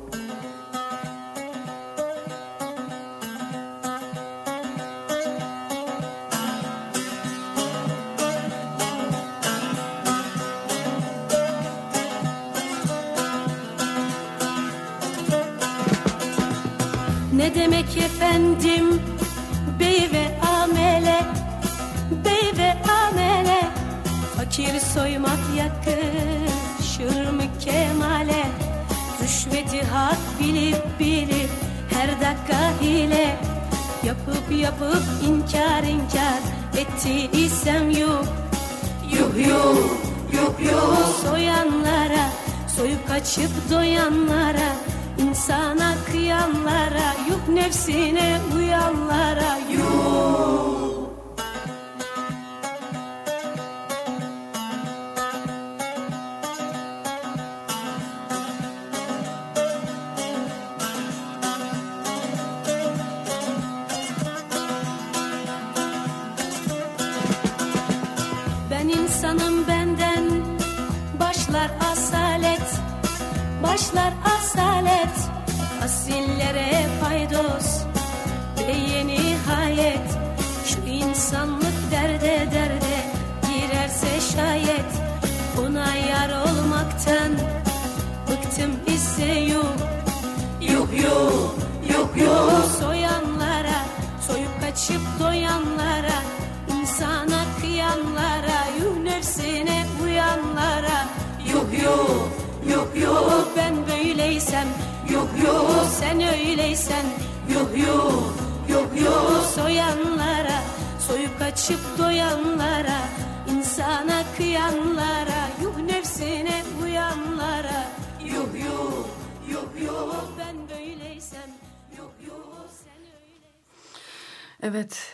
Ne demek efendim bey ve amele, bey ve amele, fakir soymak yakışır mı kemale? Rüşveti hak bilip bilip her dakika hile, yapıp yapıp inkar inkar etti isem yuh. Yuh yuh, yuh yuh. Soyanlara, soyup kaçıp doyanlara, insana kıyanlara, yuh nefsine uyanlara, yuh. Ben insanım, benden başlar asalet, başlar asalet. Asillere paydos ve nihayet, şu insanlık derde derde girerse şayet, ona yar olmaktan bıktım ise yuh. Yuh yuh, yuh yuh. Soyanlara, soyup kaçıp doyanlara, insana kıyanlara, yuh nefsine uyanlara, yuh yuh, yuh yuh. Ben böyleysem yuh yuh, sen öyleysen yuh yuh, yuh yuh. Soyanlara, soyup kaçıp doyanlara, insana kıyanlara, yuh nefsine uyanlara, yuh yuh, yuh yuh. Ben böyleysem yuh yuh, sen öyleysen. Evet,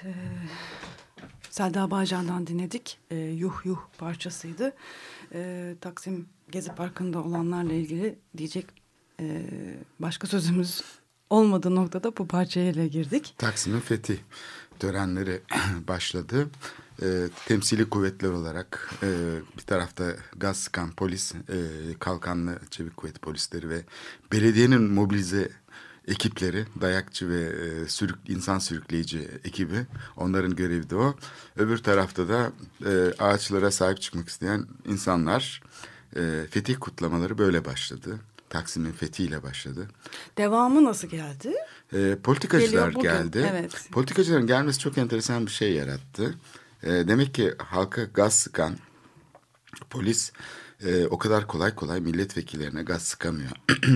Selda Bağcan'dan dinledik. Yuh Yuh parçasıydı. Taksim Gezi Parkı'nda olanlarla ilgili diyecek başka sözümüz olmadığı noktada bu parçayla girdik. Taksim'in fethi törenleri başladı. Temsili kuvvetler olarak bir tarafta gaz sıkan polis, kalkanlı çevik kuvvet polisleri ve belediyenin mobilize ekipleri, dayakçı ve insan sürükleyici ekibi, onların görevi de o. Öbür tarafta da ağaçlara sahip çıkmak isteyen insanlar. Fetih kutlamaları böyle başladı. Taksim'in fethiyle başladı. Devamı nasıl geldi? Politikacılar geldi. Evet. Politikacıların gelmesi çok enteresan bir şey yarattı. Demek ki halka gaz sıkan polis o kadar kolay kolay milletvekillerine gaz sıkamıyor.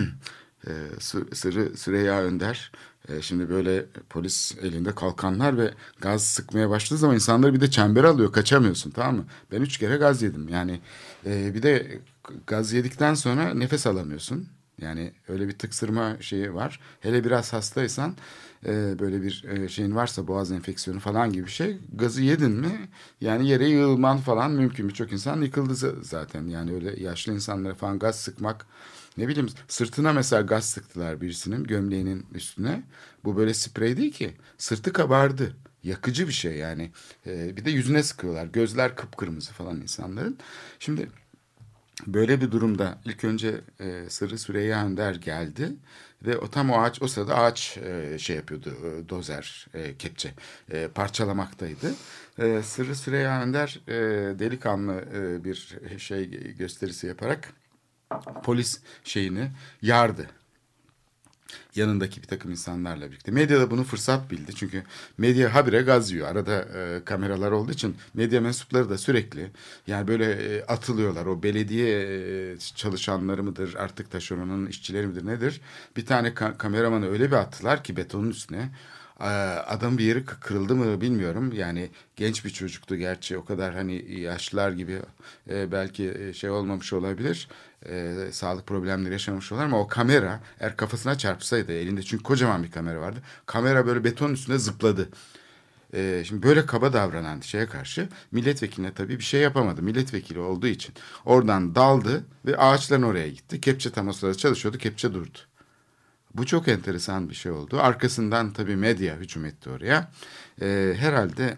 Süreyya Önder şimdi böyle polis elinde kalkanlar ve gaz sıkmaya başladığı zaman insanları bir de çembere alıyor, kaçamıyorsun, tamam mı? Ben 3 kere gaz yedim yani bir de gaz yedikten sonra nefes alamıyorsun. Yani öyle bir tıksırma şeyi var. Hele biraz hastaysan böyle bir şeyin varsa, boğaz enfeksiyonu falan gibi bir şey, gazı yedin mi yani yere yığılman falan mümkün. Birçok insan yıkıldı zaten. Yani öyle yaşlı insanlara falan gaz sıkmak, ne bileyim sırtına mesela gaz sıktılar birisinin, gömleğinin üstüne. Bu böyle sprey değil ki, sırtı kabardı. yakıcı bir şey yani. Bir de yüzüne sıkıyorlar. Gözler kıpkırmızı falan insanların. Şimdi böyle bir durumda ilk önce Sırrı Süreyya Önder geldi ve o sırada ağaç şey yapıyordu, dozer, kepçe parçalamaktaydı. Sırrı Süreyya Önder delikanlı bir şey gösterisi yaparak polis şeyini yardı. Yanındaki bir takım insanlarla birlikte. Medya da bunu fırsat bildi. Çünkü medya habire gaz yiyor. Arada kameralar olduğu için medya mensupları da sürekli yani böyle atılıyorlar. O belediye çalışanları mıdır artık taşeronun işçileri midir nedir? Bir tane kameramanı öyle bir attılar ki betonun üstüne. Adam bir yeri kırıldı mı bilmiyorum. Yani genç bir çocuktu gerçi o kadar hani yaşlılar gibi belki şey olmamış olabilir. Sağlık problemleri yaşamış olabilir ama o kamera eğer kafasına çarpsaydı elinde çünkü kocaman bir kamera vardı. Kamera böyle betonun üstüne zıpladı. Şimdi böyle kaba davranan şeye karşı milletvekiline tabii bir şey yapamadı. Milletvekili olduğu için oradan daldı ve ağaçların oraya gitti. Kepçe tam o sırada çalışıyordu. Kepçe durdu. Bu çok enteresan bir şey oldu. Arkasından tabii medya hücum etti oraya. Herhalde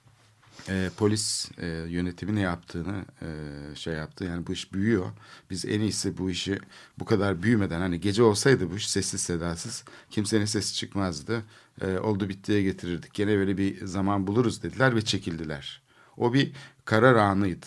polis yönetimi ne yaptığını şey yaptı. Yani bu iş büyüyor. Biz en iyisi bu işi bu kadar büyümeden hani gece olsaydı bu iş sessiz sedasız kimsenin sesi çıkmazdı. Oldu bittiye getirirdik. Gene böyle bir zaman buluruz dediler ve çekildiler. O bir karar anıydı.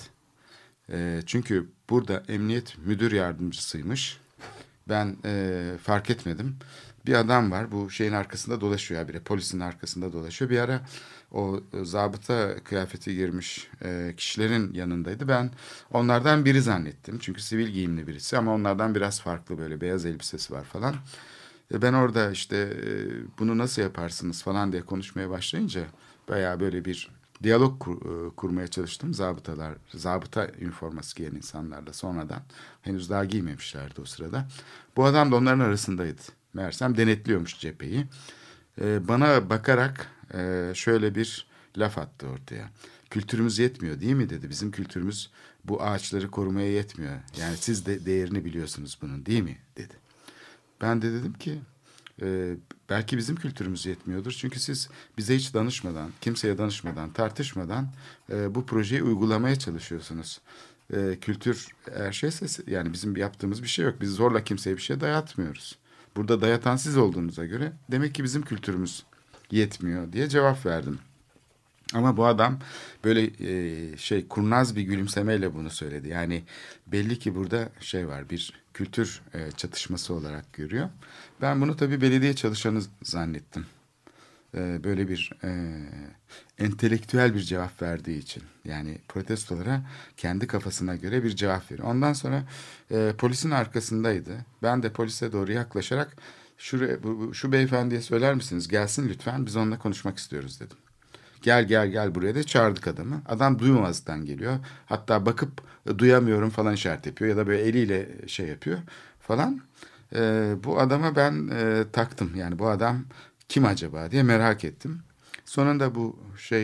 Çünkü burada emniyet müdür yardımcısıymış. Ben fark etmedim. Bir adam var bu şeyin arkasında dolaşıyor habire polisin arkasında dolaşıyor. Bir ara o zabıta kıyafeti girmiş kişilerin yanındaydı. Ben onlardan biri zannettim. Çünkü sivil giyimli birisi ama onlardan biraz farklı böyle beyaz elbisesi var falan. Ben orada işte bunu nasıl yaparsınız falan diye konuşmaya başlayınca bayağı böyle bir diyalog kurmaya çalıştım zabıta üniforması giyen insanlarla sonradan. Henüz daha giymemişlerdi o sırada. Bu adam da onların arasındaydı. Meğersem denetliyormuş cepheyi. Bana bakarak şöyle bir laf attı ortaya. Kültürümüz yetmiyor değil mi dedi. Bizim kültürümüz bu ağaçları korumaya yetmiyor. Yani siz de değerini biliyorsunuz bunun değil mi dedi. Ben de dedim ki belki bizim kültürümüz yetmiyordur. Çünkü siz bize hiç danışmadan, kimseye danışmadan, tartışmadan bu projeyi uygulamaya çalışıyorsunuz. Kültür her şeyse yani bizim yaptığımız bir şey yok. Biz zorla kimseye bir şey dayatmıyoruz. Burada dayatan siz olduğunuza göre demek ki bizim kültürümüz yetmiyor diye cevap verdim. Ama bu adam böyle kurnaz bir gülümsemeyle bunu söyledi. Yani belli ki burada şey var bir kültür çatışması olarak görüyor. Ben bunu tabii belediye çalışanı zannettim. Böyle bir entelektüel bir cevap verdiği için. Yani protestolara kendi kafasına göre bir cevap veriyor. Ondan sonra polisin arkasındaydı. Ben de polise doğru yaklaşarak şu beyefendiye söyler misiniz? Gelsin lütfen biz onunla konuşmak istiyoruz dedim. Gel buraya da çağırdık adamı. Adam duymazdan geliyor. Hatta bakıp duyamıyorum falan işaret yapıyor. Ya da böyle eliyle şey yapıyor falan. Bu adama ben taktım. Yani bu adam kim acaba diye merak ettim. Sonunda bu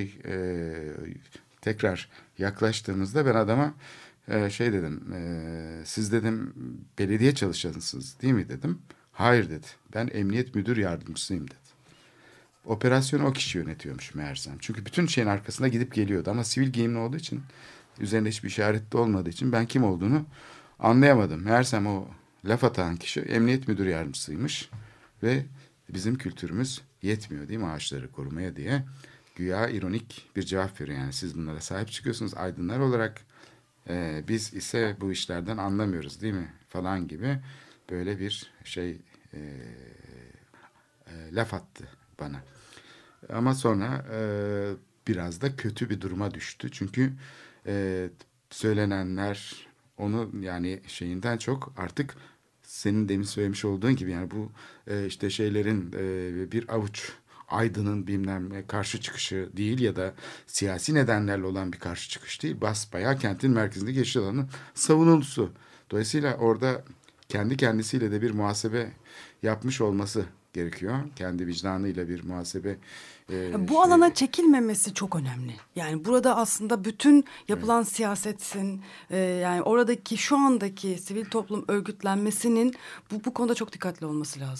tekrar yaklaştığımızda ben adama dedim. Siz dedim belediye çalışanısınız değil mi dedim. Hayır dedi. Ben emniyet müdür yardımcısıyım dedi. Operasyonu o kişi yönetiyormuş meğersem. Çünkü bütün şeyin arkasında gidip geliyordu. Ama sivil giyimli olduğu için üzerinde hiçbir işaret de olmadığı için ben kim olduğunu anlayamadım. Meğersem o laf atan kişi emniyet müdür yardımcısıymış. Ve bizim kültürümüz yetmiyor değil mi ağaçları korumaya diye. Güya ironik bir cevap veriyor. Yani siz bunlara sahip çıkıyorsunuz aydınlar olarak. Biz ise bu işlerden anlamıyoruz değil mi falan gibi böyle bir laf attı bana. Ama sonra biraz da kötü bir duruma düştü. Çünkü söylenenler onu yani şeyinden çok artık senin demin söylemiş olduğun gibi yani bu işte şeylerin bir avuç aydının bilmem karşı çıkışı değil ya da siyasi nedenlerle olan bir karşı çıkış değil. Basbayağı kentin merkezindeki yeşil alanın savunucusu. Dolayısıyla orada kendi kendisiyle de bir muhasebe yapmış olması gerekiyor. Kendi vicdanıyla bir muhasebe. Bu alana çekilmemesi çok önemli. Yani burada aslında bütün yapılan siyasetin yani oradaki şu andaki sivil toplum örgütlenmesinin bu konuda çok dikkatli olması lazım.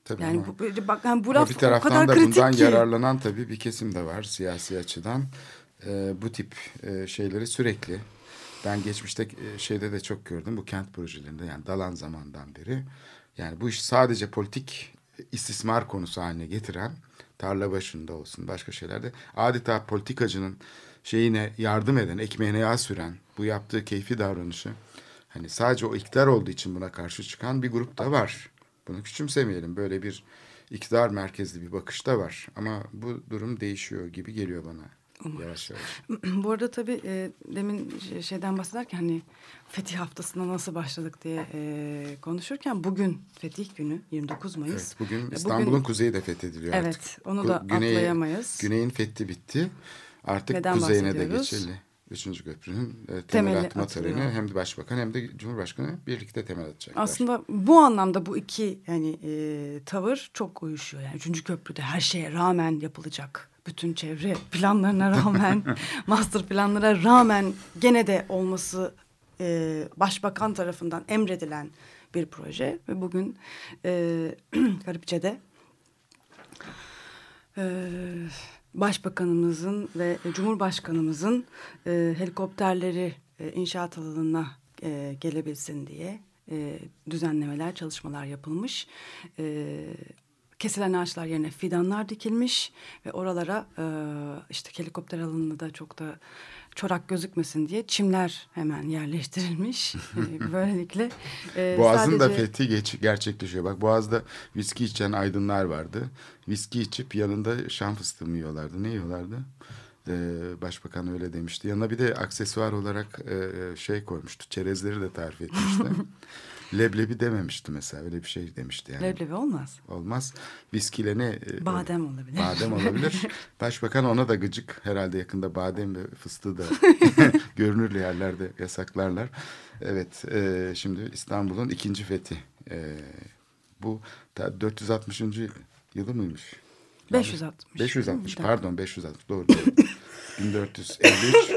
Tabii Yani ama, bak yani bu ama laf bir o taraftan kadar da kritik bundan ki. yararlanan tabii bir kesim de var siyasi açıdan. Bu tip şeyleri sürekli ben geçmişte şeyde de çok gördüm bu kent projelerinde yani Dalan zamandan beri. Yani bu iş sadece politik istismar konusu haline getiren tarla başında olsun başka şeylerde adeta politikacının şeyine yardım eden, ekmeğine yağ süren bu yaptığı keyfi davranışı hani sadece o iktidar olduğu için buna karşı çıkan bir grup da var. Bunu küçümsemeyelim. Böyle bir iktidar merkezli bir bakış da var. Ama bu durum değişiyor gibi geliyor bana. Yavaş yavaş. Bu arada tabii demin şeyden bahsederken hani Fetih Haftası'na nasıl başladık diye konuşurken bugün Fetih Günü 29 Mayıs. Evet, bugün İstanbul'un kuzeyi de fethediliyor artık. Evet, onu da atlayamayız. Güneyin fethi bitti. Artık Neden kuzeyine de bahsediyoruz? geçildi. Üçüncü köprünün temel Temeli atma atılıyor. töreni hem de başbakan hem de cumhurbaşkanı birlikte temel atacaklar. Aslında bu anlamda bu iki yani tavır çok uyuşuyor. Yani üçüncü köprüde her şeye rağmen yapılacak. Bütün çevre planlarına rağmen, master planlara rağmen gene de olması başbakan tarafından emredilen bir proje. Ve bugün Karipçe'de Başbakanımızın ve Cumhurbaşkanımızın helikopterleri inşaat alanına gelebilsin diye düzenlemeler, çalışmalar yapılmış. Kesilen ağaçlar yerine fidanlar dikilmiş ve oralara işte helikopter alanında da çok da çorak gözükmesin diye çimler hemen yerleştirilmiş. Böylelikle Boğaz'ın da sadece... fethi gerçekleşiyor. Bak Boğaz'da viski içen aydınlar vardı. Viski içip yanında şam fıstığı mı yiyorlardı? Ne yiyorlardı? Başbakan öyle demişti. Yanına bir de aksesuar olarak şey koymuştu. Çerezleri de tarif etmişti. Leblebi dememişti mesela. Öyle bir şey demişti yani. Leblebi olmaz. Olmaz. Viskiyle ne? Badem olabilir. Badem olabilir. Başbakan ona da gıcık. Herhalde yakında badem ve fıstığı da görünür yerlerde yasaklarlar. Evet. Şimdi İstanbul'un ikinci fethi. Bu 460. yılı mıymış? 560. 560 pardon 560 doğru. 1453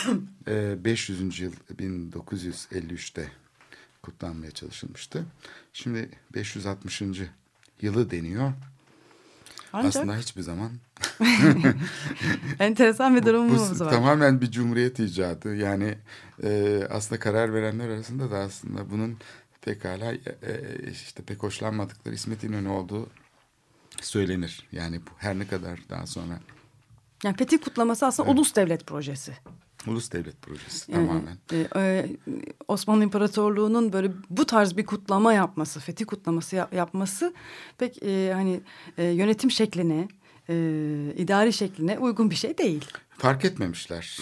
500. yıl 1953'te kutlanmaya çalışılmıştı. Şimdi 560. yılı deniyor. Ancak aslında hiçbir zaman enteresan bir durumumuz bu var. tamamen bir cumhuriyet icadı. Yani aslında karar verenler arasında da aslında bunun pekala işte pek hoşlanmadıkları İsmet İnönü olduğu söylenir. Yani bu her ne kadar daha sonra. Yani Fetih kutlaması aslında ulus devlet projesi. Ulus devlet projesi Yani, tamamen. Osmanlı İmparatorluğu'nun böyle bu tarz bir kutlama yapması, fetih kutlaması yapması pek hani yönetim şekline, idari şekline uygun bir şey değil. Fark etmemişler.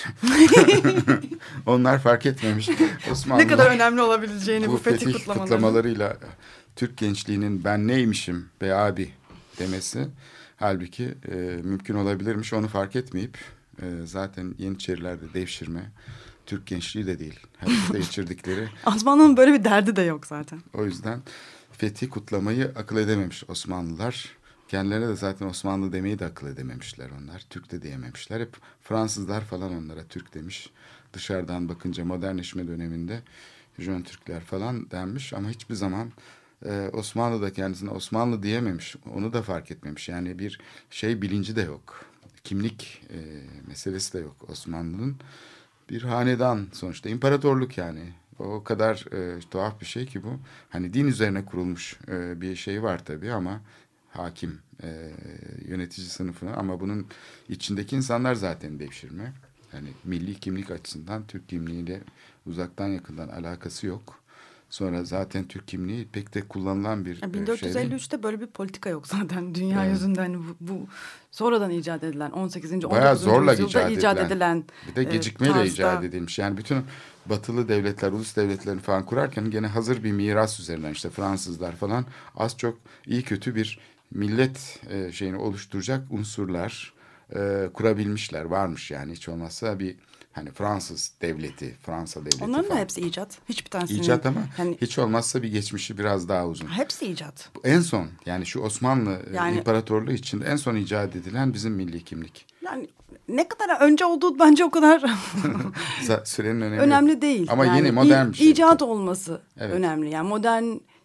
Onlar fark etmemiş. Osmanlı Ne kadar önemli olabileceğini bu fetih fetih kutlamalarıyla Türk gençliğinin ben neymişim be abi demesi halbuki mümkün olabilirmiş. Onu fark etmeyip zaten Yeniçerilerde devşirme Türk gençliği de değil. Harekete geçirdikleri. Osmanlı'nın böyle bir derdi de yok zaten. O yüzden fethi kutlamayı akıl edememiş Osmanlılar. Kendilerine de zaten Osmanlı demeyi de akıl edememişler onlar. Türk de diyememişler. Hep Fransızlar falan onlara Türk demiş. Dışarıdan bakınca modernleşme döneminde Jön Türkler falan denmiş. Ama hiçbir zaman Osmanlı da kendisine Osmanlı diyememiş. Onu da fark etmemiş. Yani bir şey bilinci de yok. Kimlik meselesi de yok Osmanlı'nın. Bir hanedan sonuçta. İmparatorluk yani. O kadar tuhaf bir şey ki bu. Hani din üzerine kurulmuş bir şey var tabii ama hakim, yönetici sınıfına ama bunun içindeki insanlar zaten devşirme. Yani milli kimlik açısından Türk kimliğiyle uzaktan yakından alakası yok. Sonra zaten Türk kimliği pek de kullanılan bir şey değil. 1453'te böyle bir politika yok zaten dünya yüzünde. Hani bu sonradan icat edilen 18. 19. Bayağı zorla yüzyılda icat edilen bir de gecikmeyle tarzda. icat edilmiş. Yani bütün batılı devletler, ulus devletlerini falan kurarken gene hazır bir miras üzerinden işte Fransızlar falan az çok iyi kötü bir millet şeyini oluşturacak unsurlar kurabilmişler. Varmış yani hiç olmazsa bir hani Fransız devleti, Fransa devleti Onların falan. da hepsi icat. Hiçbir tanesinin. İcat ama yani, hiç olmazsa bir geçmişi biraz daha uzun. hepsi icat. En son yani şu Osmanlı Yani, İmparatorluğu içinde en son icat edilen bizim milli kimlik. Yani ne kadar önce olduğu bence o kadar Sürenin önemi önemli yok. değil. Ama yani, yeni modern bir şey. İcat olması Evet. önemli. Yani modern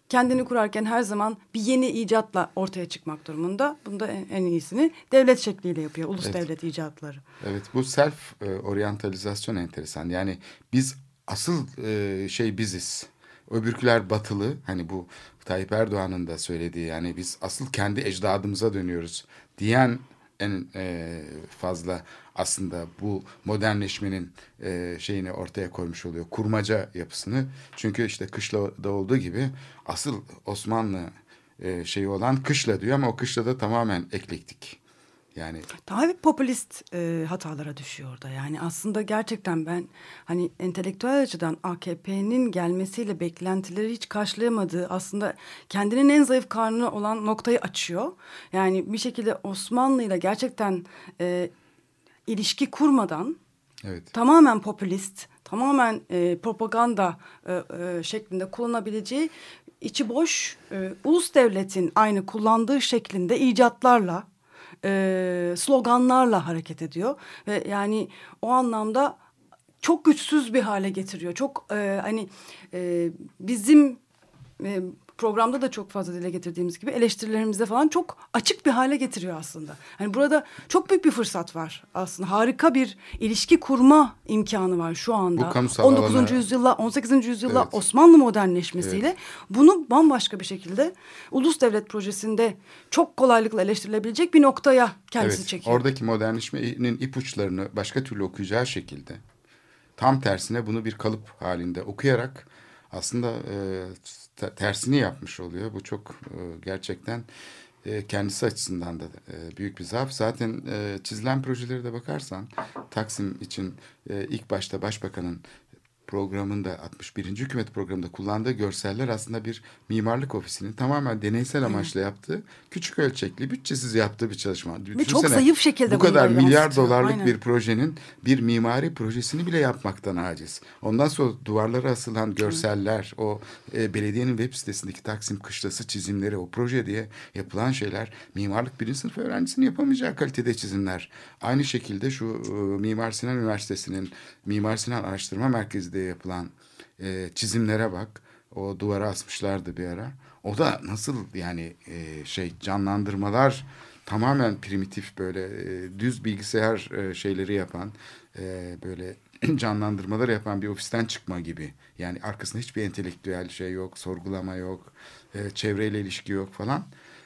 kendini kurarken her zaman bir yeni icatla ortaya çıkmak durumunda. Bunda en iyisini devlet şekliyle yapıyor. Ulus devlet icatları. Evet, bu self oryantalizasyon enteresan. Yani biz asıl biziz. Öbürküler batılı. Hani bu Tayyip Erdoğan'ın da söylediği, yani biz asıl kendi ecdadımıza dönüyoruz diyen en fazla aslında bu modernleşmenin şeyini ortaya koymuş oluyor. Kurmaca yapısını. Çünkü işte kışlada olduğu gibi asıl Osmanlı şeyi olan kışla diyor ama o kışla da tamamen eklektik. Yani daha bir popülist hatalara düşüyor orada. Yani aslında gerçekten ben hani entelektüel açıdan AKP'nin gelmesiyle beklentileri hiç karşılayamadığı, aslında kendinin en zayıf karnı olan noktayı açıyor. Yani bir şekilde Osmanlı'yla gerçekten ilişki kurmadan, evet. Tamamen popülist, tamamen propaganda şeklinde kullanabileceği, içi boş ulus devletin aynı kullandığı şeklinde icatlarla, sloganlarla hareket ediyor ve yani o anlamda çok güçsüz bir hale getiriyor. Çok bizim programda da çok fazla dile getirdiğimiz gibi eleştirilerimizde falan çok açık bir hale getiriyor aslında. Hani burada çok büyük bir fırsat var aslında. Harika bir ilişki kurma imkanı var şu anda. 19. yüzyılla 18. yüzyılla evet. Osmanlı modernleşmesiyle evet. Bunu bambaşka bir şekilde ulus devlet projesinde çok kolaylıkla eleştirilebilecek bir noktaya kendisi evet. çekiyor. Oradaki modernleşmenin ipuçlarını başka türlü okuyacağı şekilde, tam tersine bunu bir kalıp halinde okuyarak aslında tersini yapmış oluyor. Bu çok gerçekten kendisi açısından da büyük bir zaaf. Zaten çizilen projelere de bakarsan Taksim için ilk başta Başbakan'ın programında 61. Hükümet programında kullandığı görseller aslında bir mimarlık ofisinin tamamen deneysel amaçla yaptığı, küçük ölçekli, bütçesiz yaptığı bir çalışma. Ve düşünsene, çok zayıf şekilde bu kadar milyar dolarlık aynen. bir projenin bir mimari projesini bile yapmaktan aciz. Ondan sonra duvarlara asılan görseller, o belediyenin web sitesindeki Taksim Kışlası çizimleri, o proje diye yapılan şeyler mimarlık birinci sınıf öğrencisinin yapamayacağı kalitede çizimler. Aynı şekilde şu Mimar Sinan Üniversitesi'nin Mimar Sinan Araştırma Merkezi'de yapılan çizimlere bak. O duvara asmışlardı bir ara. O da nasıl yani canlandırmalar tamamen primitif, böyle düz bilgisayar şeyleri yapan, böyle canlandırmalar yapan bir ofisten çıkma gibi. Yani arkasında hiçbir entelektüel şey yok, sorgulama yok, çevreyle ilişki yok falan.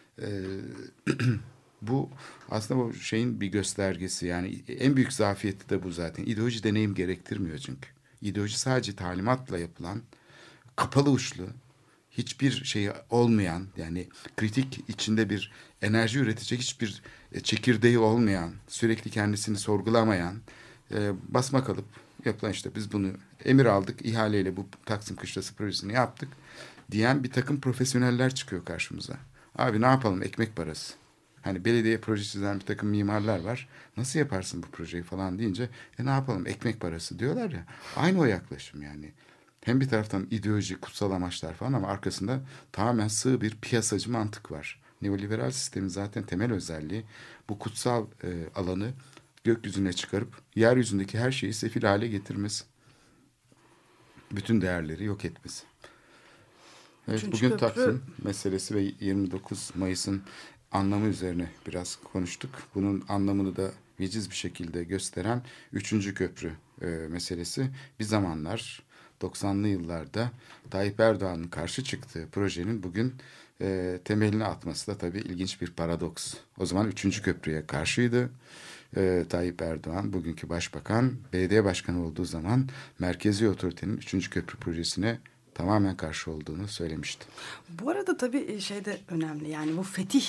Bu aslında bu şeyin bir göstergesi. Yani en büyük zafiyeti de bu zaten. İdeoloji deneyim gerektirmiyor çünkü. İdeoloji sadece talimatla yapılan, kapalı uçlu, hiçbir şeyi olmayan, yani kritik içinde bir enerji üretecek hiçbir çekirdeği olmayan, sürekli kendisini sorgulamayan, basma kalıp yapılan, işte biz bunu emir aldık, ihaleyle bu Taksim Kışlası projesini yaptık diyen bir takım profesyoneller çıkıyor karşımıza. Abi ne yapalım, ekmek parası. Hani belediye proje çizen bir takım mimarlar var. Nasıl yaparsın bu projeyi falan deyince ne yapalım, ekmek parası diyorlar ya. Aynı o yaklaşım yani. Hem bir taraftan ideoloji, kutsal amaçlar falan ama arkasında tamamen sığ bir piyasacı mantık var. Neoliberal sistemin zaten temel özelliği bu kutsal alanı gökyüzüne çıkarıp yeryüzündeki her şeyi sefil hale getirmesi. Bütün değerleri yok etmesi. Evet, bugün Taksim meselesi ve 29 Mayıs'ın anlamı üzerine biraz konuştuk. Bunun anlamını da veciz bir şekilde gösteren 3. köprü meselesi. Bir zamanlar 90'lı yıllarda Tayyip Erdoğan'ın karşı çıktığı projenin bugün temelini atması da tabii ilginç bir paradoks. O zaman 3. köprüye karşıydı. Tayyip Erdoğan, bugünkü başbakan, belediye başkanı olduğu zaman merkezi otoritenin 3. köprü projesine tamamen karşı olduğunu söylemişti. Bu arada tabii şey de önemli, yani bu fetih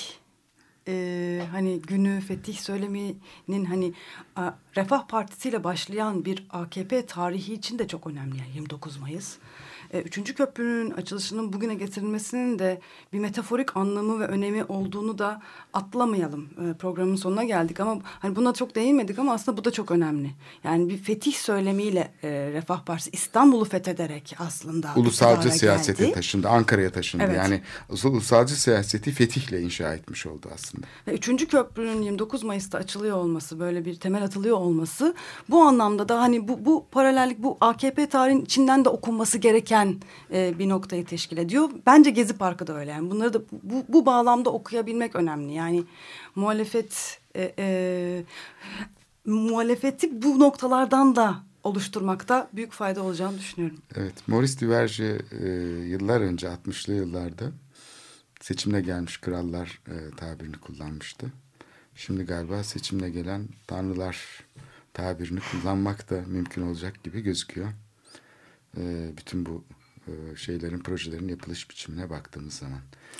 hani günü, fetih söyleminin hani Refah Partisi ile başlayan bir AKP tarihi için de çok önemli, yani 29 Mayıs. 3. köprünün açılışının bugüne getirilmesinin de bir metaforik anlamı ve önemi olduğunu da atlamayalım. Programın sonuna geldik ama hani buna çok değinmedik ama aslında bu da çok önemli. Yani bir fetih söylemiyle Refah Partisi İstanbul'u fethederek aslında ulusalcı siyasete taşındı, Ankara'ya taşındı. Evet. Yani ulusalcı siyaseti fetihle inşa etmiş oldu aslında. Ve 3. köprünün 29 Mayıs'ta açılıyor olması, böyle bir temel atılıyor olması, bu anlamda da hani bu paralellik, bu AKP tarihinin içinden de okunması gereken eden bir noktayı teşkil ediyor. Bence Gezi Parkı da öyle. Yani bunları da bu bağlamda okuyabilmek önemli. Yani muhalefeti bu noktalardan da oluşturmakta büyük fayda olacağını düşünüyorum. Evet, Maurice Duverger yıllar önce 60'lı yıllarda seçimle gelmiş krallar tabirini kullanmıştı. Şimdi galiba seçimle gelen tanrılar tabirini kullanmak da mümkün olacak gibi gözüküyor. Bütün bu projelerin yapılış biçimine baktığımız zaman.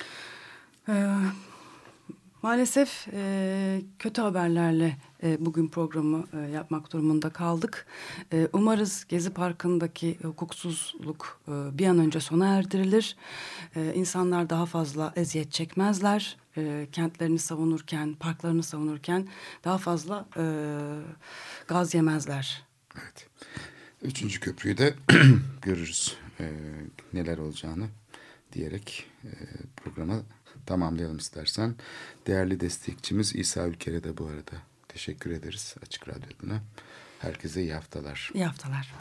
Maalesef kötü haberlerle bugün programı yapmak durumunda kaldık. Umarız Gezi Parkı'ndaki hukuksuzluk bir an önce sona erdirilir. İnsanlar daha fazla eziyet çekmezler. Kentlerini savunurken, parklarını savunurken daha fazla gaz yemezler. Evet. 3. köprüyü de görürüz neler olacağını diyerek programa tamamlayalım istersen. Değerli destekçimiz İsa Ülker'e de bu arada teşekkür ederiz Açık Radyo adına. Herkese iyi haftalar. İyi haftalar.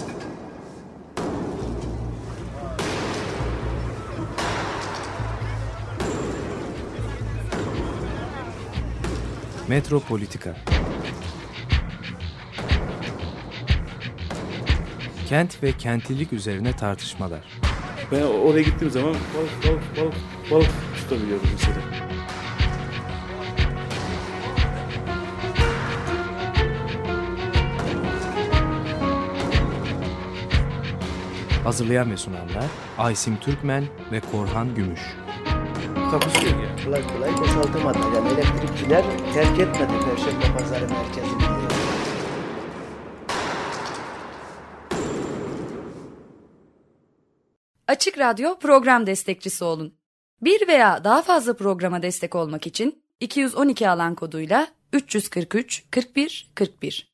Metropolitika. Kent ve kentlilik üzerine tartışmalar. Ben oraya gittiğim zaman balık tutabiliyorum mesela. Hazırlayan ve sunanlar Aysim Türkmen ve Korhan Gümüş. Takusuyor ya. Kolay kolay boşaltamadı. Yani elektrikçiler terk etmedi Perşembe Pazarı merkezini. Açık Radyo program destekçisi olun. Bir veya daha fazla programa destek olmak için 212 alan koduyla 343 41 41